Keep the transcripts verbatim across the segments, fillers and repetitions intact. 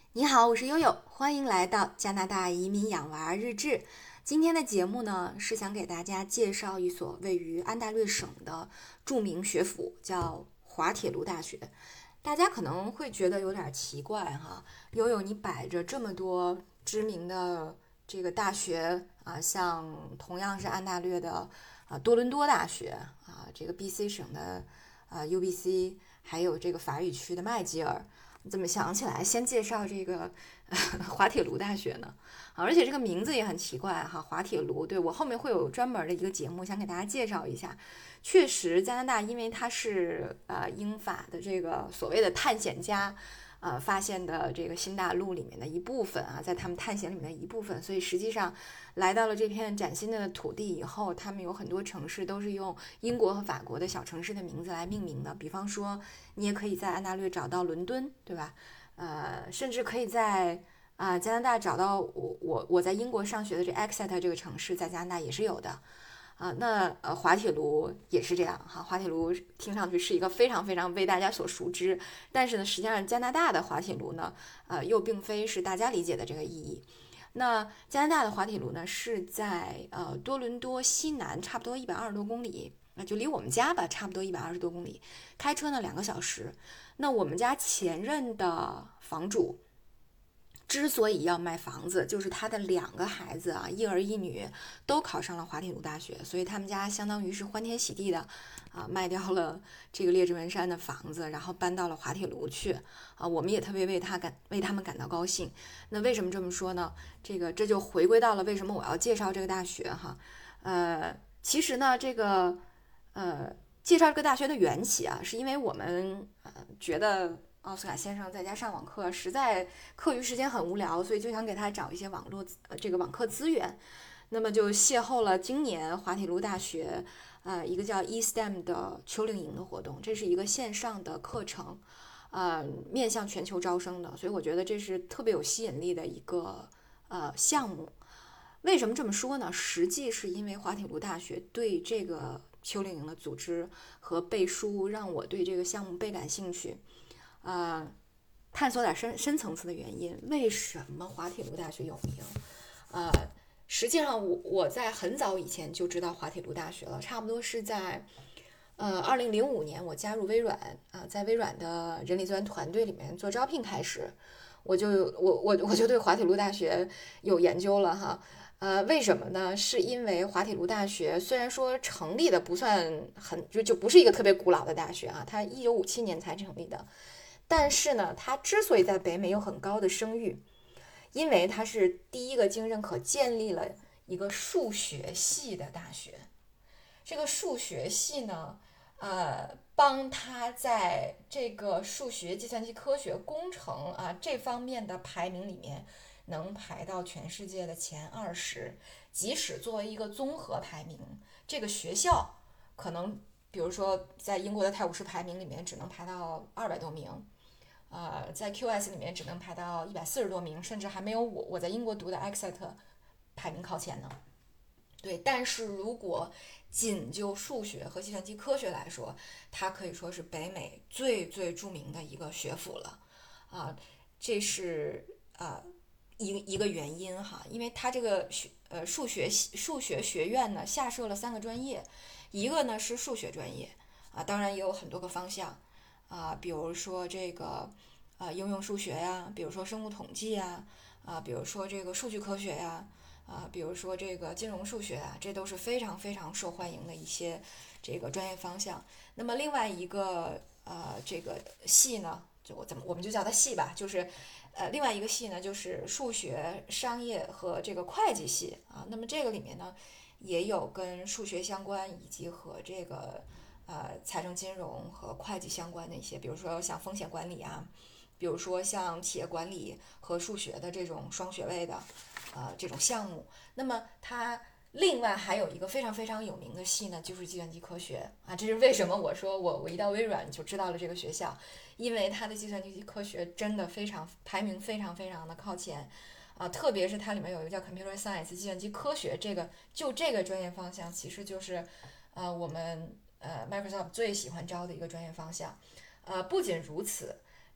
你好，我是悠悠，欢迎来到加拿大移民养娃日志。今天的节目呢，是想给大家介绍一所位于安大略省的著名学府，叫滑铁卢大学。大家可能会觉得有点奇怪哈，悠悠你摆着这么多知名的这个大学啊，像同样是安大略的啊多伦多大学啊，这个 B C 省的啊 U B C，还有这个法语区的麦吉尔。你怎么想起来先介绍这个呃滑铁卢大学呢？啊，而且这个名字也很奇怪哈，滑铁卢。对，我后面会有专门的一个节目，想给大家介绍一下。确实，加拿大因为它是呃英法的这个所谓的探险家。呃，发现的这个新大陆里面的一部分啊，在他们探险里面的一部分，所以实际上来到了这片崭新的土地以后，他们有很多城市都是用英国和法国的小城市的名字来命名的。比方说，你也可以在安大略找到伦敦，对吧？呃，甚至可以在啊、呃加拿大找到我我我在英国上学的这 Exeter 这个城市，在加拿大也是有的。啊，那呃滑铁卢也是这样哈，滑铁卢听上去是一个非常非常为大家所熟知，但是呢，实际上加拿大的滑铁卢呢，呃，又并非是大家理解的这个意义。那加拿大的滑铁卢呢，是在呃多伦多西南差不多一百二十多公里，那就离我们家吧，差不多一百二十多公里，开车呢两个小时。那我们家前任的房主之所以要卖房子，就是他的两个孩子啊，一儿一女都考上了滑铁卢大学，所以他们家相当于是欢天喜地的啊，卖掉了这个列治文山的房子，然后搬到了滑铁卢去啊。我们也特别为他感为他们感到高兴。那为什么这么说呢？这个这就回归到了为什么我要介绍这个大学哈。呃，其实呢，这个呃介绍这个大学的缘起啊，是因为我们呃觉得奥斯卡先生在家上网课，实在课余时间很无聊，所以就想给他找一些网络呃这个网课资源。那么就邂逅了今年滑铁卢大学呃一个叫 eSTEM 的秋令营的活动，这是一个线上的课程，呃面向全球招生的，所以我觉得这是特别有吸引力的一个呃项目。为什么这么说呢？实际是因为滑铁卢大学对这个秋令营的组织和背书，让我对这个项目倍感兴趣。呃，探索点深深层次的原因，为什么滑铁卢大学有名？呃，实际上我我在很早以前就知道滑铁卢大学了，差不多是在呃二零零五年我加入微软啊、呃，在微软的人力资源团队里面做招聘开始，我就我我我就对滑铁卢大学有研究了哈。呃，为什么呢？是因为滑铁卢大学虽然说成立的不算很，就就不是一个特别古老的大学啊，它一九五七年才成立的，但是呢，它之所以在北美有很高的声誉，因为它是第一个经认可建立了一个数学系的大学。这个数学系呢，呃，帮他在这个数学、计算机科学、工程啊这方面的排名里面，能排到全世界的前二十。即使作为一个综合排名，这个学校可能，比如说在英国的泰晤士排名里面只能排到二百多名，呃，在 Q S 里面只能排到一百四十多名，甚至还没有我我在英国读的 Exeter 排名靠前呢。对，但是如果仅就数学和计算机科学来说，它可以说是北美最最著名的一个学府了啊，这是啊一一个原因哈，因为它这个学呃数学数学学院呢下设了三个专业，一个呢是数学专业啊，当然也有很多个方向啊，比如说这个啊应用数学呀，比如说生物统计呀，啊比如说这个数据科学呀。啊，比如说这个金融数学啊，这都是非常非常受欢迎的一些这个专业方向。那么另外一个呃这个系呢，就我怎么我们就叫它系吧，就是呃另外一个系呢就是数学、商业和这个会计系啊。那么这个里面呢也有跟数学相关以及和这个呃财政金融和会计相关的一些，比如说像风险管理啊，比如说像企业管理和数学的这种双学位的。呃，这种项目，那么它另外还有一个非常非常有名的系呢，就是计算机科学啊。这是为什么我说我我一到微软就知道了这个学校，因为它的计算机科学真的非常排名非常非常的靠前啊，特别是它里面有一个叫 Computer Science 计算机科学，这个就这个专业方向其实就是呃我们呃 Microsoft 最喜欢招的一个专业方向。呃，不仅如此。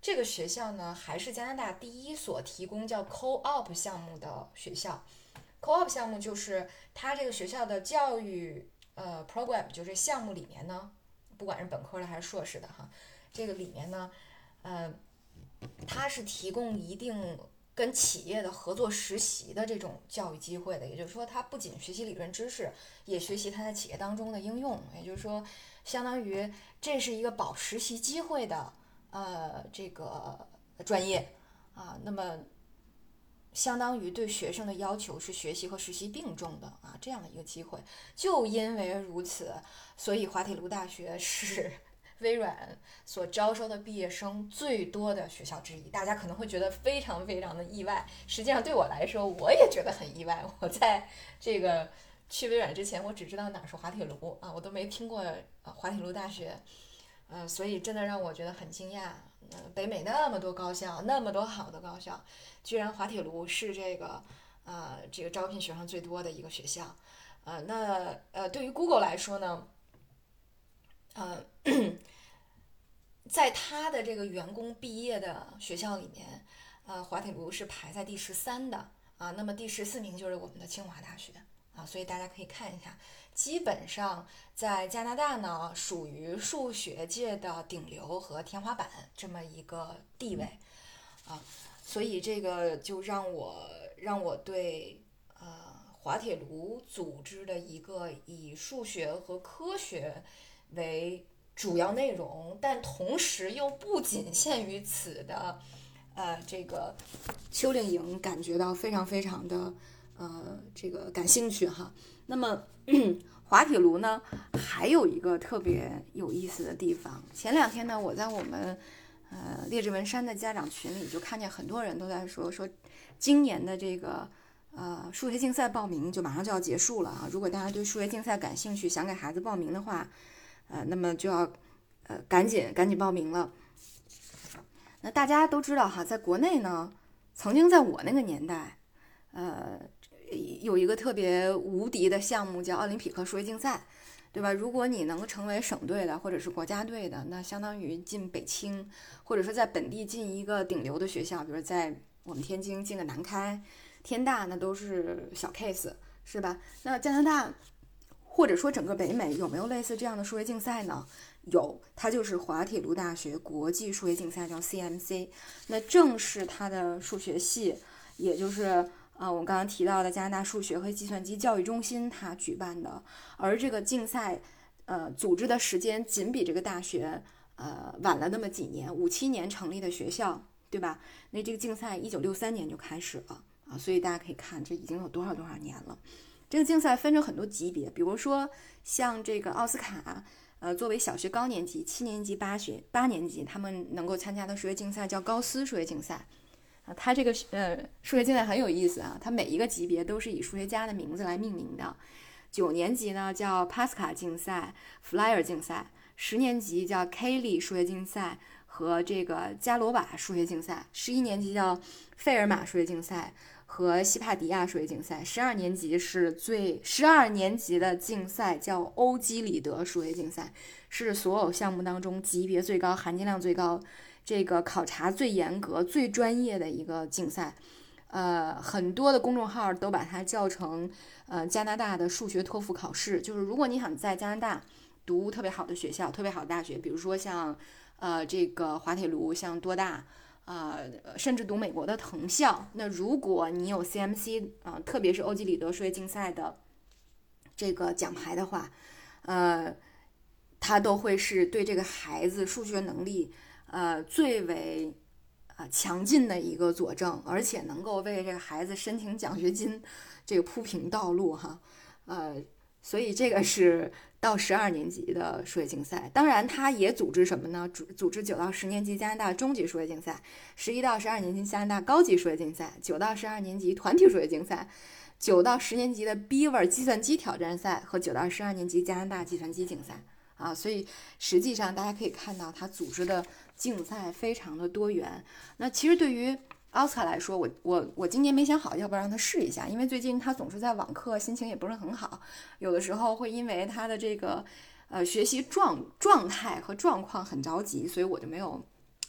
这个学校呢，还是加拿大第一所提供叫 Co-op 项目的学校。Co-op 项目就是它这个学校的教育呃 program， 就是项目里面呢，不管是本科的还是硕士的哈，这个里面呢，呃，它是提供一定跟企业的合作实习的这种教育机会的。也就是说，它不仅学习理论知识，也学习它在企业当中的应用。也就是说，相当于这是一个保实习机会的呃这个专业啊。那么相当于对学生的要求是学习和实习并重的啊，这样的一个机会。就因为如此，所以滑铁卢大学是微软所招收的毕业生最多的学校之一。大家可能会觉得非常非常的意外，实际上对我来说，我也觉得很意外。我在这个去微软之前，我只知道哪是滑铁卢啊，我都没听过啊滑铁卢大学，呃，所以真的让我觉得很惊讶。呃，北美那么多高校，那么多好的高校，居然滑铁卢是这个呃这个招聘学生最多的一个学校。呃，那呃对于 Google 来说呢，呃，在他的这个员工毕业的学校里面，呃，滑铁卢是排在第十三的啊。那么第十四名就是我们的清华大学啊，所以大家可以看一下，基本上在加拿大呢，属于数学界的顶流和天花板这么一个地位啊。所以这个就让我让我对呃滑铁卢组织的一个以数学和科学为主要内容，但同时又不仅限于此的呃这个秋令营感觉到非常非常的呃这个感兴趣哈。那么滑铁卢呢还有一个特别有意思的地方，前两天呢我在我们呃列治文山的家长群里就看见很多人都在说说今年的这个呃数学竞赛报名就马上就要结束了啊。如果大家对数学竞赛感兴趣，想给孩子报名的话，呃那么就要呃赶紧赶紧报名了。那大家都知道哈，在国内呢，曾经在我那个年代，呃有一个特别无敌的项目叫奥林匹克数学竞赛，对吧？如果你能成为省队的或者是国家队的，那相当于进北清，或者说在本地进一个顶流的学校，比如在我们天津进个南开、天大，那都是小 case， 是吧？那加拿大或者说整个北美有没有类似这样的数学竞赛呢？有，它就是滑铁卢大学国际数学竞赛，叫 C M C。那正是它的数学系，也就是呃我们刚刚提到的加拿大数学和计算机教育中心它举办的。而这个竞赛呃组织的时间仅比这个大学呃晚了那么几年，五七年成立的学校，对吧？那这个竞赛一九六三年就开始了啊，所以大家可以看这已经有多少多少年了。这个竞赛分成很多级别，比如说像这个奥斯卡，呃，作为小学高年级、七年级、八学八年级，他们能够参加的数学竞赛叫高斯数学竞赛。啊，它这个呃数学竞赛很有意思啊，它每一个级别都是以数学家的名字来命名的。九年级呢叫帕斯卡竞赛、弗莱尔竞赛；十年级叫 Cayley 数学竞赛和这个加罗瓦数学竞赛；十一年级叫费尔马数学竞赛和西帕迪亚数学竞赛；十二年级是最十二年级的竞赛叫欧几里得数学竞赛，是所有项目当中级别最高、含金量最高、这个考察最严格、最专业的一个竞赛。呃，很多的公众号都把它叫成呃加拿大的数学托福考试。就是如果你想在加拿大读特别好的学校、特别好的大学，比如说像呃这个滑铁卢、像多大。呃，甚至读美国的藤校，那如果你有 C M C 啊、呃，特别是欧几里得数学竞赛的这个奖牌的话，呃，它都会是对这个孩子数学能力呃最为啊、呃、强劲的一个佐证，而且能够为这个孩子申请奖学金这个铺平道路哈，呃，所以这个是到十二年级的数学竞赛。当然它也组织什么呢？组组织九到十年级加拿大中级数学竞赛，十一到十二年级加拿大高级数学竞赛，九到十二年级团体数学竞赛，九到十年级的 Beaver 计算机挑战赛和九到十二年级加拿大计算机竞赛啊。所以实际上大家可以看到它组织的竞赛非常的多元。那其实对于奥斯卡来说，我我我今年没想好要不要让他试一下，因为最近他总是在网课，心情也不是很好，有的时候会因为他的这个呃学习状状态和状况很着急，所以我就没有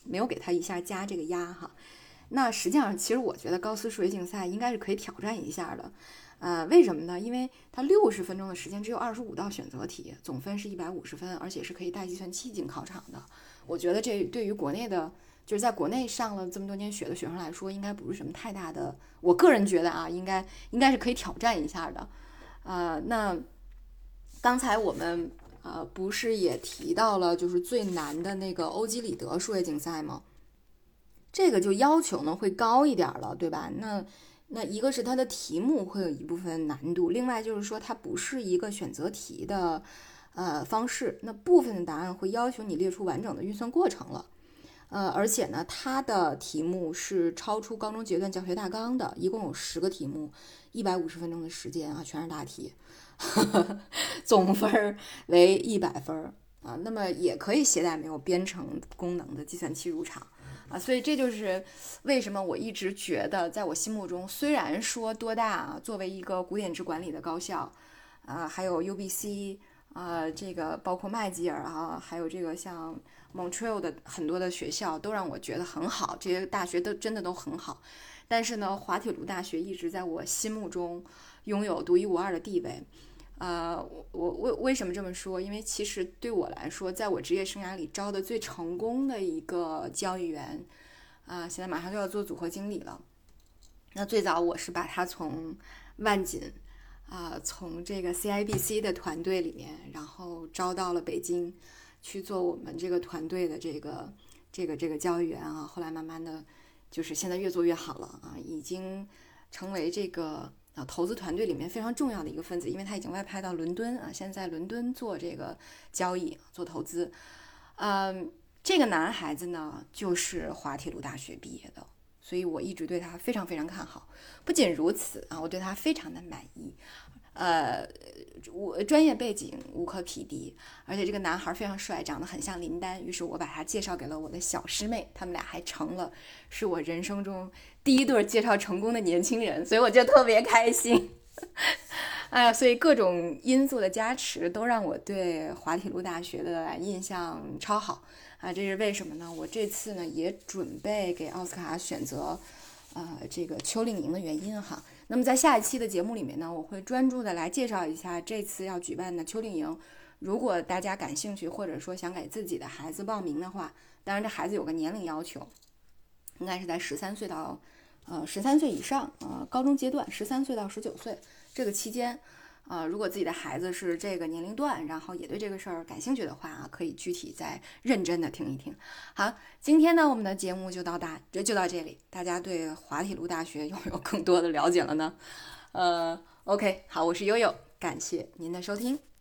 没有给他一下加这个压哈。那实际上，其实我觉得高斯数学竞赛应该是可以挑战一下的。呃，为什么呢？因为它六十分钟的时间只有二十五道选择题，总分是一百五十分，而且是可以带计算器进考场的。我觉得这对于国内的，就是在国内上了这么多年学的学生来说，应该不是什么太大的。我个人觉得啊，应该应该是可以挑战一下的。呃，那刚才我们呃不是也提到了，就是最难的那个欧几里得数学竞赛吗？这个就要求呢会高一点了，对吧？那那一个是它的题目会有一部分难度，另外就是说它不是一个选择题的呃方式，那部分的答案会要求你列出完整的运算过程了，呃，而且呢，它的题目是超出高中阶段教学大纲的，一共有十个题目，一百五十分钟的时间啊，全是大题，总分为一百分啊，那么也可以携带没有编程功能的计算器入场。啊，所以这就是为什么我一直觉得，在我心目中，虽然说多大啊，作为一个古典制管理的高校，啊，还有 U B C 啊，这个包括麦吉尔啊，还有这个像 Montreal 的很多的学校，都让我觉得很好，这些大学都真的都很好。但是呢，滑铁卢大学一直在我心目中拥有独一无二的地位。呃，我为为什么这么说？因为其实对我来说，在我职业生涯里招的最成功的一个交易员，啊、呃，现在马上就要做组合经理了。那最早我是把他从万锦啊、呃，从这个 C I B C 的团队里面，然后招到了北京去做我们这个团队的这个这个这个交易员啊。后来慢慢的，就是现在越做越好了啊，已经成为这个。啊，投资团队里面非常重要的一个分子，因为他已经外派到伦敦啊，现在在伦敦做这个交易、做投资。嗯，这个男孩子呢，就是滑铁卢大学毕业的，所以我一直对他非常非常看好。不仅如此啊，我对他非常的满意。呃，我专业背景无可匹敌，而且这个男孩非常帅，长得很像林丹，于是我把他介绍给了我的小师妹，他们俩还成了是我人生中第一对介绍成功的年轻人，所以我就特别开心。哎呀，所以各种因素的加持都让我对滑铁卢大学的印象超好啊！这是为什么呢？我这次呢也准备给奥斯卡选择呃这个秋令营的原因哈。那么在下一期的节目里面呢，我会专注的来介绍一下这次要举办的秋令营。如果大家感兴趣，或者说想给自己的孩子报名的话，当然这孩子有个年龄要求，应该是在十三岁到呃十三岁以上，呃高中阶段十三岁到十九岁这个期间。呃，如果自己的孩子是这个年龄段，然后也对这个事儿感兴趣的话啊，可以具体再认真的听一听。好，今天呢，我们的节目就到大就到这里。大家对滑铁卢大学有没有更多的了解了呢？呃 ，OK， 好，我是悠悠，感谢您的收听。